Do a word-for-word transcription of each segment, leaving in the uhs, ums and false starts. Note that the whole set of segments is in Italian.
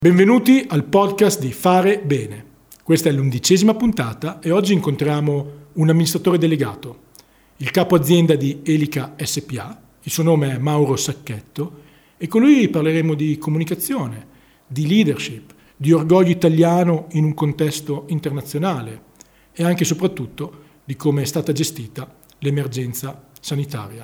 Benvenuti al podcast di Fare Bene. Questa è l'undicesima puntata e oggi incontriamo un amministratore delegato, il capo azienda di Elica S P A, il suo nome è Mauro Sacchetto e con lui parleremo di comunicazione, di leadership, di orgoglio italiano in un contesto internazionale e anche e soprattutto di come è stata gestita l'emergenza sanitaria.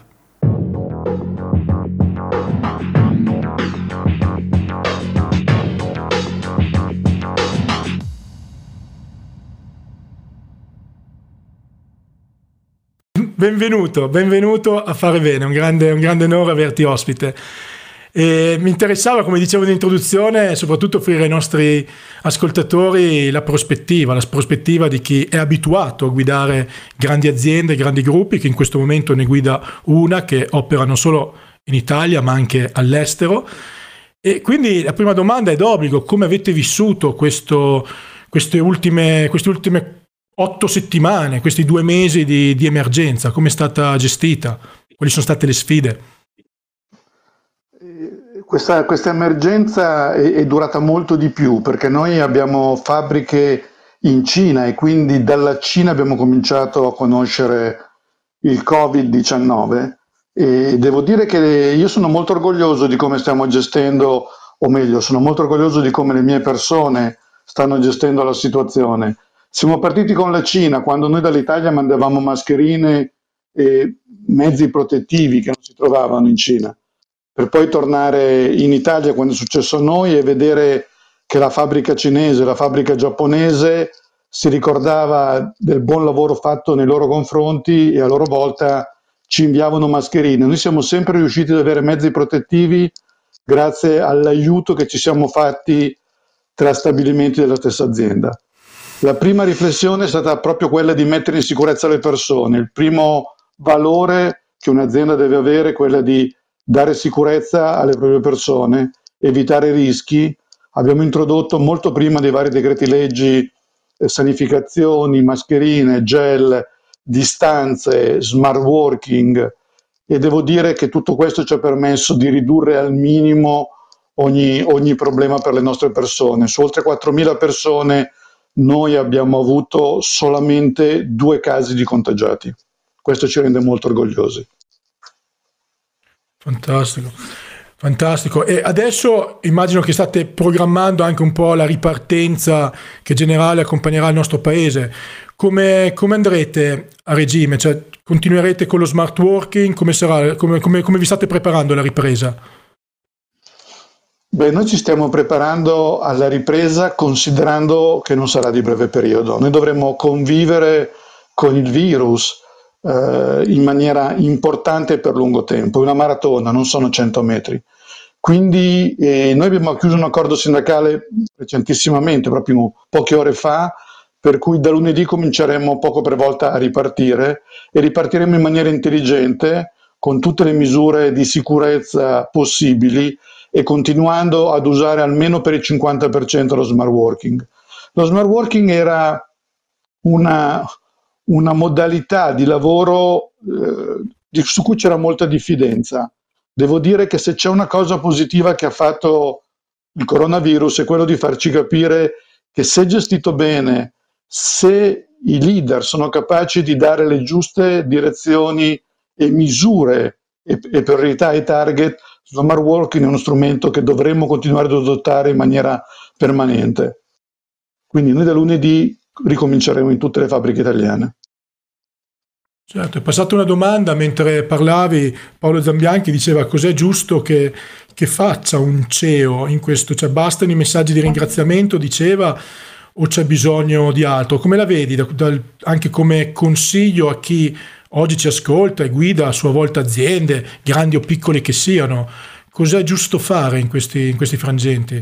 Benvenuto, benvenuto a Fare Bene, un grande, un grande onore averti ospite. E mi interessava, come dicevo in introduzione, soprattutto offrire ai nostri ascoltatori la prospettiva, la prospettiva di chi è abituato a guidare grandi aziende, grandi gruppi, che in questo momento ne guida una che opera non solo in Italia ma anche all'estero. E quindi la prima domanda è d'obbligo: come avete vissuto questo, queste ultime, queste ultime otto settimane, questi due mesi di, di emergenza? Come è stata gestita? Quali sono state le sfide? Questa, questa emergenza è, è durata molto di più, perché noi abbiamo fabbriche in Cina e quindi dalla Cina abbiamo cominciato a conoscere il covid diciannove e devo dire che io sono molto orgoglioso di come stiamo gestendo, o meglio, sono molto orgoglioso di come le mie persone stanno gestendo la situazione. Siamo partiti con la Cina, quando noi dall'Italia mandavamo mascherine e mezzi protettivi che non si trovavano in Cina, per poi tornare in Italia quando è successo a noi e vedere che la fabbrica cinese, la fabbrica giapponese si ricordava del buon lavoro fatto nei loro confronti e a loro volta ci inviavano mascherine. Noi siamo sempre riusciti ad avere mezzi protettivi grazie all'aiuto che ci siamo fatti tra stabilimenti della stessa azienda. La prima riflessione è stata proprio quella di mettere in sicurezza le persone. Il primo valore che un'azienda deve avere è quella di dare sicurezza alle proprie persone, evitare rischi. Abbiamo introdotto molto prima dei vari decreti leggi eh, sanificazioni, mascherine, gel, distanze, smart working, e devo dire che tutto questo ci ha permesso di ridurre al minimo ogni, ogni problema per le nostre persone. Su oltre quattromila persone noi abbiamo avuto solamente due casi di contagiati. Questo ci rende molto orgogliosi. Fantastico, fantastico. E adesso immagino che state programmando anche un po' la ripartenza che generale accompagnerà il nostro paese. Come, come andrete a regime? Cioè, continuerete con lo smart working? Come sarà? Come, come, come vi state preparando alla ripresa? Beh, noi ci stiamo preparando alla ripresa considerando che non sarà di breve periodo. Noi dovremo convivere con il virus eh, in maniera importante per lungo tempo. È una maratona, non sono cento metri. Quindi eh, noi abbiamo chiuso un accordo sindacale recentissimamente, proprio poche ore fa, per cui da lunedì cominceremo poco per volta a ripartire e ripartiremo in maniera intelligente, con tutte le misure di sicurezza possibili, e continuando ad usare almeno per il cinquanta per cento lo smart working. Lo smart working era una, una modalità di lavoro eh, di, su cui c'era molta diffidenza. Devo dire che se c'è una cosa positiva che ha fatto il coronavirus è quello di farci capire che, se gestito bene, se i leader sono capaci di dare le giuste direzioni e misure e, e priorità ai target, lo smart working è uno strumento che dovremmo continuare ad adottare in maniera permanente. Quindi noi da lunedì ricominceremo in tutte le fabbriche italiane. Certo, è passata una domanda mentre parlavi. Paolo Zambianchi diceva: cos'è giusto che, che faccia un C E O in questo? Cioè, bastano i messaggi di ringraziamento, diceva, o c'è bisogno di altro? Come la vedi da, da, anche come consiglio a chi oggi ci ascolta e guida a sua volta aziende, grandi o piccole che siano? Cos'è giusto fare in questi, in questi frangenti?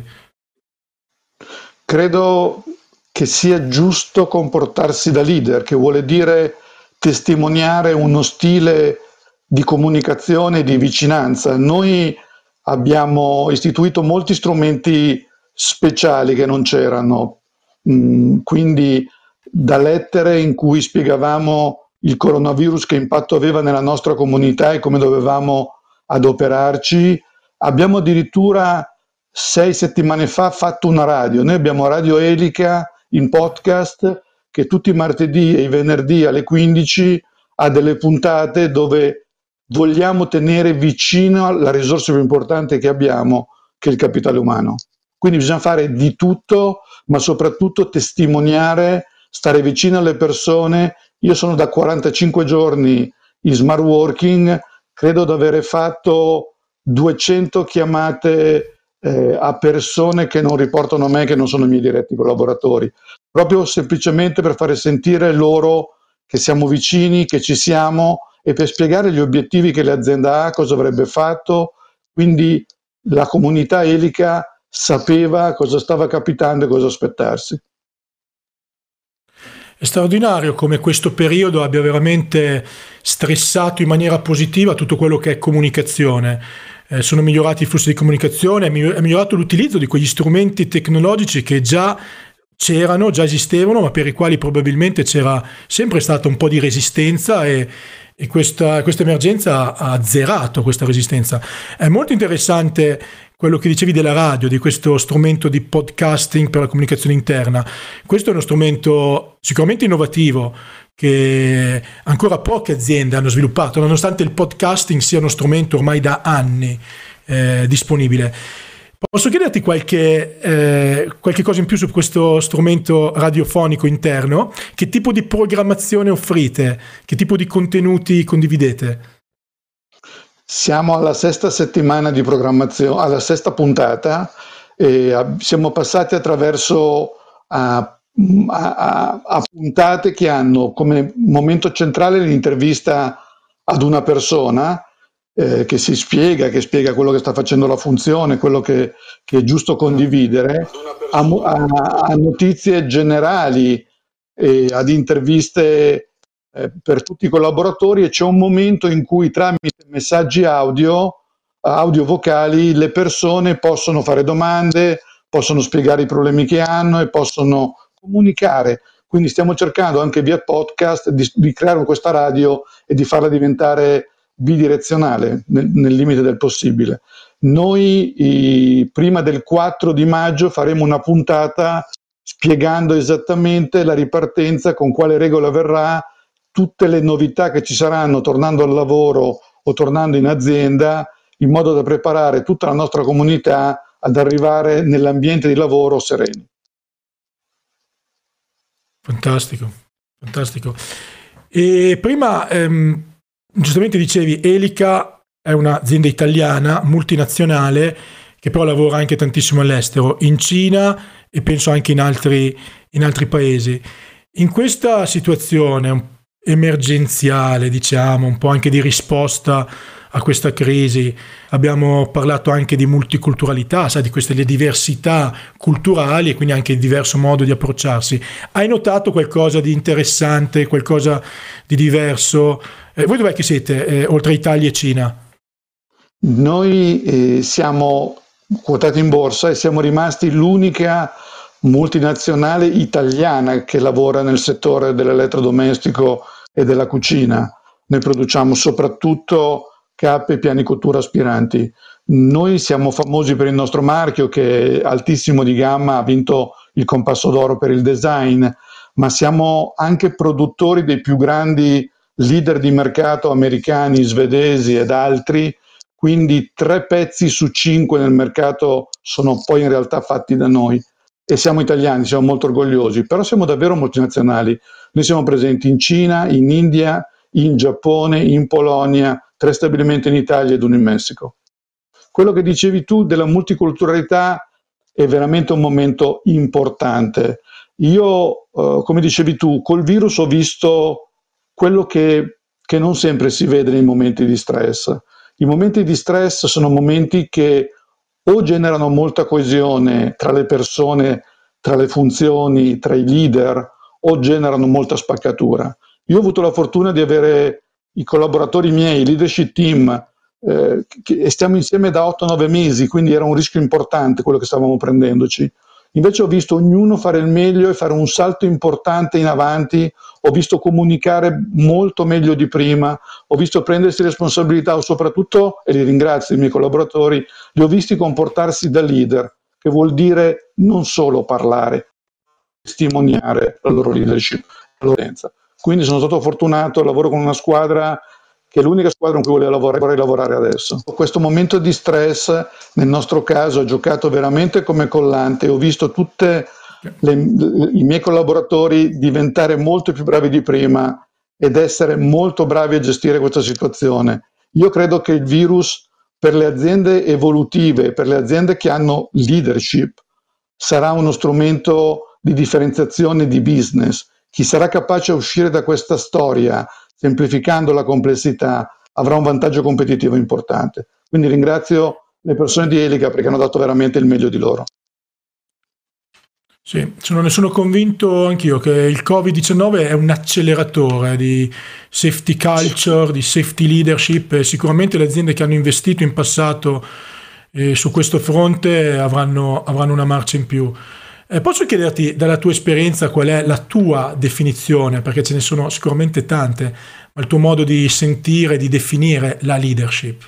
Credo che sia giusto comportarsi da leader, che vuole dire testimoniare uno stile di comunicazione e di vicinanza. Noi abbiamo istituito molti strumenti speciali che non c'erano, mm, quindi da lettere in cui spiegavamo il coronavirus che impatto aveva nella nostra comunità e come dovevamo adoperarci. Abbiamo addirittura sei settimane fa fatto una radio. Noi abbiamo Radio Elica in podcast che tutti i martedì e i venerdì alle quindici ha delle puntate dove vogliamo tenere vicino la risorsa più importante che abbiamo, che è il capitale umano. Quindi bisogna fare di tutto, ma soprattutto testimoniare, stare vicino alle persone. Io sono da quarantacinque giorni in smart working, credo di avere fatto duecento chiamate eh, a persone che non riportano a me, che non sono i miei diretti collaboratori, proprio semplicemente per fare sentire loro che siamo vicini, che ci siamo, e per spiegare gli obiettivi che l'azienda ha, cosa avrebbe fatto. Quindi la comunità Elica sapeva cosa stava capitando e cosa aspettarsi. È straordinario come questo periodo abbia veramente stressato in maniera positiva tutto quello che è comunicazione. Eh, sono migliorati i flussi di comunicazione, è migliorato l'utilizzo di quegli strumenti tecnologici che già c'erano, già esistevano, ma per i quali probabilmente c'era sempre stata un po' di resistenza, e, e questa, questa emergenza ha azzerato questa resistenza. È molto interessante quello che dicevi della radio, di questo strumento di podcasting per la comunicazione interna. Questo è uno strumento sicuramente innovativo che ancora poche aziende hanno sviluppato, nonostante il podcasting sia uno strumento ormai da anni eh, disponibile. Posso chiederti qualche, eh, qualche cosa in più su questo strumento radiofonico interno? Che tipo di programmazione offrite? Che tipo di contenuti condividete? Siamo alla sesta settimana di programmazione, alla sesta puntata, e siamo passati attraverso a, a, a puntate che hanno come momento centrale l'intervista ad una persona eh, che si spiega, che spiega quello che sta facendo la funzione, quello che, che è giusto condividere, a, a, a notizie generali, e ad interviste eh, per tutti i collaboratori, e c'è un momento in cui tramite messaggi audio, audio vocali, le persone possono fare domande, possono spiegare i problemi che hanno e possono comunicare. Quindi stiamo cercando anche via podcast di, di creare questa radio e di farla diventare bidirezionale nel, nel limite del possibile. Noi i, prima del quattro di maggio faremo una puntata spiegando esattamente la ripartenza, con quale regola avverrà, tutte le novità che ci saranno tornando al lavoro o tornando in azienda, in modo da preparare tutta la nostra comunità ad arrivare nell'ambiente di lavoro sereni. Fantastico, fantastico. E prima ehm, giustamente dicevi, Elica è un'azienda italiana multinazionale che però lavora anche tantissimo all'estero, in Cina e penso anche in altri, in altri paesi. In questa situazione emergenziale, diciamo, un po' anche di risposta a questa crisi, abbiamo parlato anche di multiculturalità, sai, di queste le diversità culturali e quindi anche il diverso modo di approcciarsi. Hai notato qualcosa di interessante, qualcosa di diverso? Eh, voi dov'è che siete, eh, oltre Italia e Cina? Noi eh, siamo quotati in borsa e siamo rimasti l'unica multinazionale italiana che lavora nel settore dell'elettrodomestico e della cucina. Noi produciamo soprattutto cappe e piani cottura aspiranti. Noi siamo famosi per il nostro marchio, che è altissimo di gamma, ha vinto il Compasso d'Oro per il design, ma siamo anche produttori dei più grandi leader di mercato americani, svedesi ed altri, quindi tre pezzi su cinque nel mercato sono poi in realtà fatti da noi. E siamo italiani, siamo molto orgogliosi, però siamo davvero multinazionali. Noi siamo presenti in Cina, in India, in Giappone, in Polonia, tre stabilimenti in Italia ed uno in Messico. Quello che dicevi tu della multiculturalità è veramente un momento importante. Io, eh, come dicevi tu, col virus ho visto quello che, che non sempre si vede nei momenti di stress. I momenti di stress sono momenti che o generano molta coesione tra le persone, tra le funzioni, tra i leader, o generano molta spaccatura. Io ho avuto la fortuna di avere i collaboratori miei, il leadership team, eh, che, e stiamo insieme da otto nove mesi, quindi era un rischio importante quello che stavamo prendendoci. Invece ho visto ognuno fare il meglio e fare un salto importante in avanti, ho visto comunicare molto meglio di prima, ho visto prendersi responsabilità, o soprattutto, e li ringrazio i miei collaboratori, li ho visti comportarsi da leader, che vuol dire non solo parlare, testimoniare la loro leadership, la loro potenza. Quindi sono stato fortunato, lavoro con una squadra che è l'unica squadra con cui voglio lavorare, vorrei lavorare adesso. Questo momento di stress, nel nostro caso, ho giocato veramente come collante, ho visto tutti i miei collaboratori diventare molto più bravi di prima ed essere molto bravi a gestire questa situazione. Io credo che il virus, per le aziende evolutive, per le aziende che hanno leadership, sarà uno strumento di differenziazione di business. Chi sarà capace a uscire da questa storia semplificando la complessità avrà un vantaggio competitivo importante. Quindi ringrazio le persone di Elica perché hanno dato veramente il meglio di loro. Sì, sono, ne sono convinto anch'io che il covid diciannove è un acceleratore di safety culture, di safety leadership, e sicuramente le aziende che hanno investito in passato eh, su questo fronte avranno, avranno una marcia in più. Eh, posso chiederti dalla tua esperienza qual è la tua definizione, perché ce ne sono sicuramente tante, ma il tuo modo di sentire, di definire la leadership?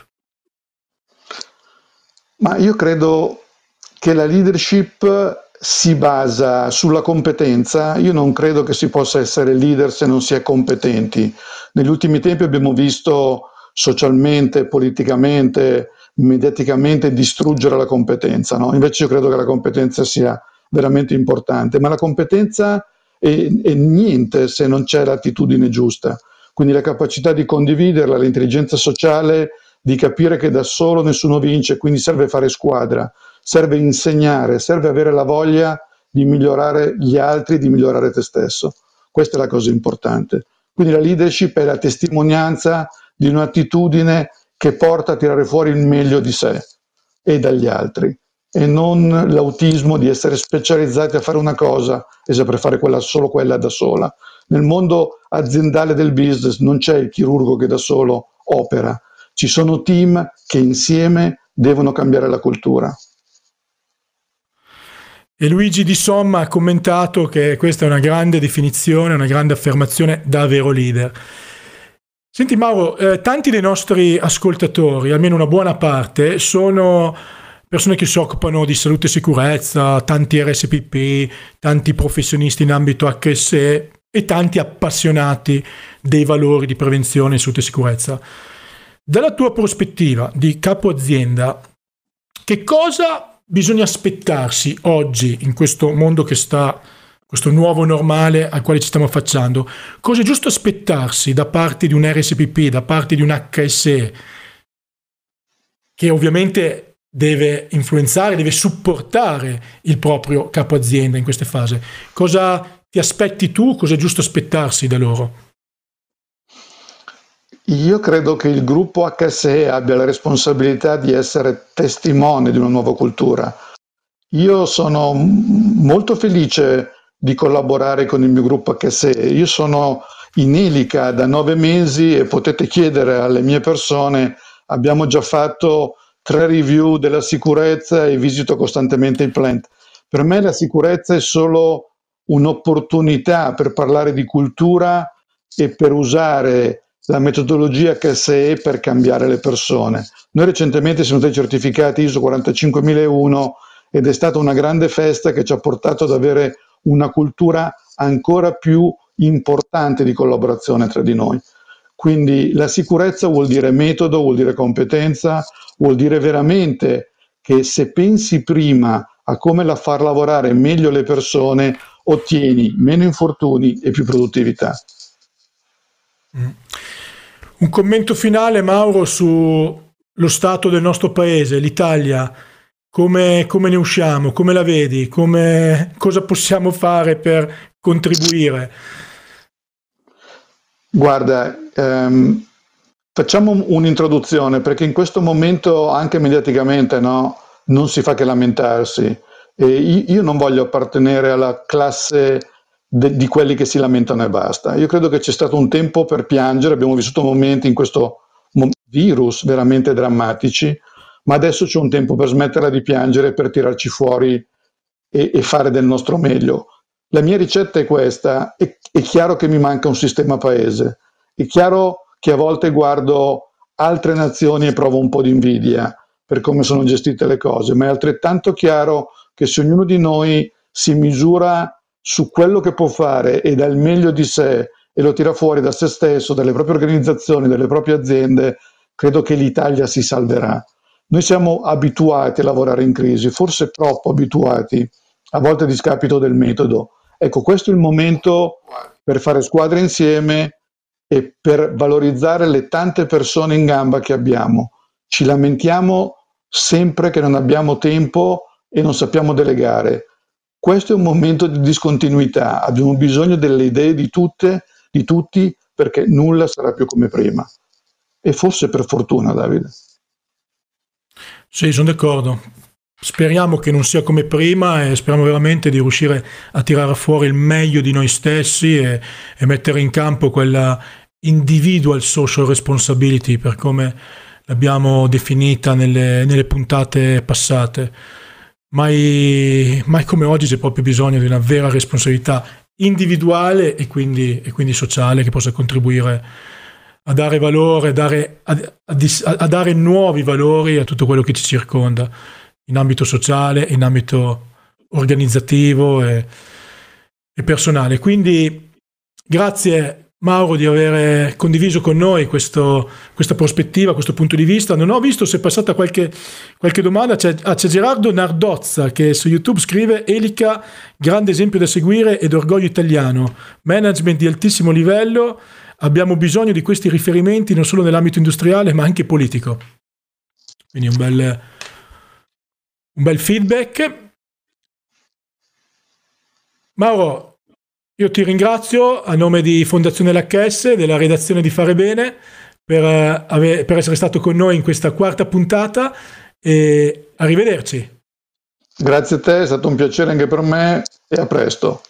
Ma io credo che la leadership si basa sulla competenza. Io non credo che si possa essere leader se non si è competenti. Negli ultimi tempi abbiamo visto socialmente, politicamente, mediaticamente distruggere la competenza, no? Invece io credo che la competenza sia veramente importante, ma la competenza è, è niente se non c'è l'attitudine giusta, quindi la capacità di condividerla, l'intelligenza sociale, di capire che da solo nessuno vince, quindi serve fare squadra, serve insegnare, serve avere la voglia di migliorare gli altri, di migliorare te stesso. Questa è la cosa importante. Quindi la leadership è la testimonianza di un'attitudine che porta a tirare fuori il meglio di sé e dagli altri, e non l'autismo di essere specializzati a fare una cosa e saper fare quella, solo quella da sola. Nel mondo aziendale del business non c'è il chirurgo che da solo opera, ci sono team che insieme devono cambiare la cultura. E Luigi Di Somma ha commentato che questa è una grande definizione, una grande affermazione da vero leader. Senti Mauro, eh, tanti dei nostri ascoltatori, almeno una buona parte, sono persone che si occupano di salute e sicurezza, tanti R S P P, tanti professionisti in ambito H S E e tanti appassionati dei valori di prevenzione, salute e sicurezza. Dalla tua prospettiva di capo azienda, che cosa bisogna aspettarsi oggi in questo mondo che sta, questo nuovo normale al quale ci stiamo affacciando? Cosa è giusto aspettarsi da parte di un R S P P, da parte di un H S E, che ovviamente deve influenzare, deve supportare il proprio capo azienda in queste fasi? Cosa ti aspetti tu? Cosa è giusto aspettarsi da loro? Io credo che il gruppo H S E abbia la responsabilità di essere testimone di una nuova cultura. Io sono molto felice di collaborare con il mio gruppo H S E. Io sono in Elica da nove mesi e potete chiedere alle mie persone, abbiamo già fatto tre review della sicurezza e visito costantemente il plant. Per me la sicurezza è solo un'opportunità per parlare di cultura e per usare la metodologia H S E per cambiare le persone. Noi recentemente siamo stati certificati I S O quarantacinquemilauno ed è stata una grande festa che ci ha portato ad avere una cultura ancora più importante di collaborazione tra di noi. Quindi la sicurezza vuol dire metodo, vuol dire competenza, vuol dire veramente che se pensi prima a come la far lavorare meglio le persone, ottieni meno infortuni e più produttività. Mm. Un commento finale, Mauro, sullo stato del nostro paese, l'Italia. Come, come ne usciamo? Come la vedi? Come, cosa possiamo fare per contribuire? Guarda, ehm, facciamo un'introduzione, perché in questo momento anche mediaticamente, no, non si fa che lamentarsi. E io non voglio appartenere alla classe de, di quelli che si lamentano e basta. Io credo che c'è stato un tempo per piangere, abbiamo vissuto momenti in questo virus veramente drammatici, ma adesso c'è un tempo per smetterla di piangere, per tirarci fuori e, e fare del nostro meglio. La mia ricetta è questa, è, è chiaro che mi manca un sistema paese, è chiaro che a volte guardo altre nazioni e provo un po' di invidia per come sono gestite le cose, ma è altrettanto chiaro che se ognuno di noi si misura su quello che può fare e dà il meglio di sé e lo tira fuori da se stesso, dalle proprie organizzazioni, dalle proprie aziende, credo che l'Italia si salverà. Noi siamo abituati a lavorare in crisi, forse troppo abituati, a volte a discapito del metodo. Ecco, questo è il momento per fare squadra insieme e per valorizzare le tante persone in gamba che abbiamo. Ci lamentiamo sempre che non abbiamo tempo e non sappiamo delegare. Questo è un momento di discontinuità, abbiamo bisogno delle idee di tutte, di tutti, perché nulla sarà più come prima. E forse per fortuna, Davide. Sì, sono d'accordo. Speriamo che non sia come prima e speriamo veramente di riuscire a tirare fuori il meglio di noi stessi e, e mettere in campo quella individual social responsibility, per come l'abbiamo definita nelle, nelle puntate passate. Mai, mai come oggi c'è proprio bisogno di una vera responsabilità individuale e quindi, e quindi sociale, che possa contribuire a dare valore, a dare, a, a, a dare nuovi valori a tutto quello che ci circonda, in ambito sociale, in ambito organizzativo e, e personale. Quindi grazie Mauro di aver condiviso con noi questo, questa prospettiva, questo punto di vista. Non ho visto se è passata qualche, qualche domanda. C'è, ah, c'è Gerardo Nardozza che su YouTube scrive: Elica, grande esempio da seguire ed orgoglio italiano, management di altissimo livello, abbiamo bisogno di questi riferimenti non solo nell'ambito industriale ma anche politico. Quindi un bel, un bel feedback. Mauro, io ti ringrazio a nome di Fondazione L'H S, della redazione di Fare Bene, per, aver, per essere stato con noi in questa quarta puntata e arrivederci. Grazie a te, è stato un piacere anche per me e a presto.